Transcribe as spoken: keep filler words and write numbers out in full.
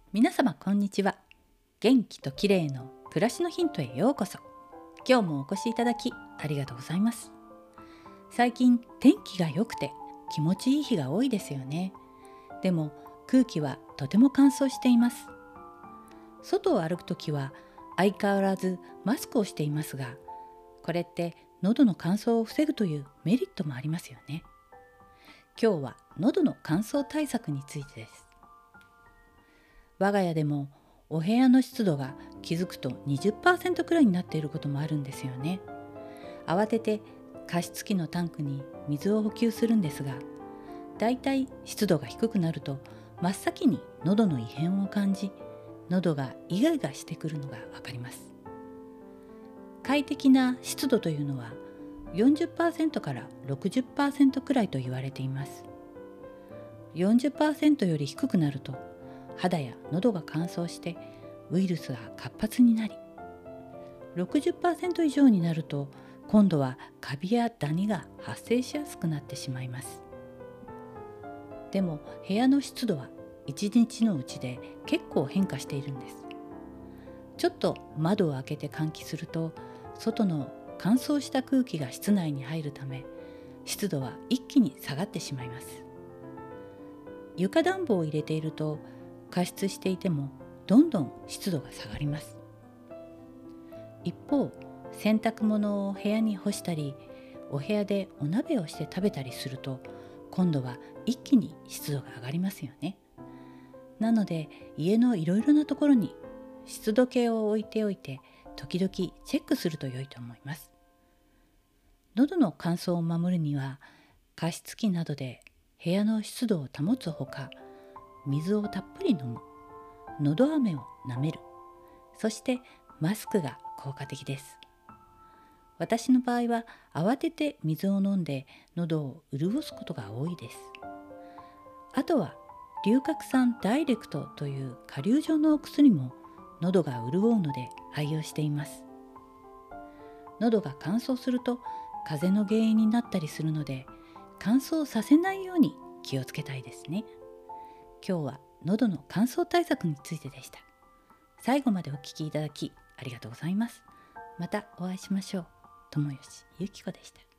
皆様こんにちは。元気と綺麗の暮らしのヒントへようこそ。今日もお越しいただきありがとうございます。最近天気が良くて気持ちいい日が多いですよね。でも空気はとても乾燥しています。外を歩くときは相変わらずマスクをしていますが、これって喉の乾燥を防ぐというメリットもありますよね。今日は喉の乾燥対策についてです。我が家でもお部屋の湿度が気づくと にじゅっパーセント くらいになっていることもあるんですよね。慌てて加湿器のタンクに水を補給するんですが、だいたい湿度が低くなると真っ先に喉の異変を感じ、喉がイガイガしてくるのがわかります。快適な湿度というのは よんじゅっパーセント から ろくじゅっパーセント くらいと言われています。よんじゅっパーセント より低くなると肌や喉が乾燥してウイルスが活発になり、 ろくじゅっパーセント 以上になると今度はカビやダニが発生しやすくなってしまいます。でも部屋の湿度はいちにちのうちで結構変化しているんです。ちょっと窓を開けて換気すると外の乾燥した空気が室内に入るため、湿度は一気に下がってしまいます。床暖房を入れていると加湿していてもどんどん湿度が下がります。一方、洗濯物を部屋に干したり、お部屋でお鍋をして食べたりすると今度は一気に湿度が上がりますよね。なので家のいろいろなところに湿度計を置いておいて時々チェックすると良いと思います。喉の乾燥を守るには加湿器などで部屋の湿度を保つほか、水をたっぷり飲む、のど飴を舐める、そしてマスクが効果的です。私の場合は慌てて水を飲んで喉を潤すことが多いです。あとは龍角散ダイレクトという顆粒状のお薬も喉が潤うので愛用しています。喉が乾燥すると風邪の原因になったりするので、乾燥させないように気をつけたいですね。今日は喉の乾燥対策についてでした。最後までお聞きいただきありがとうございます。またお会いしましょう。友吉ゆき子でした。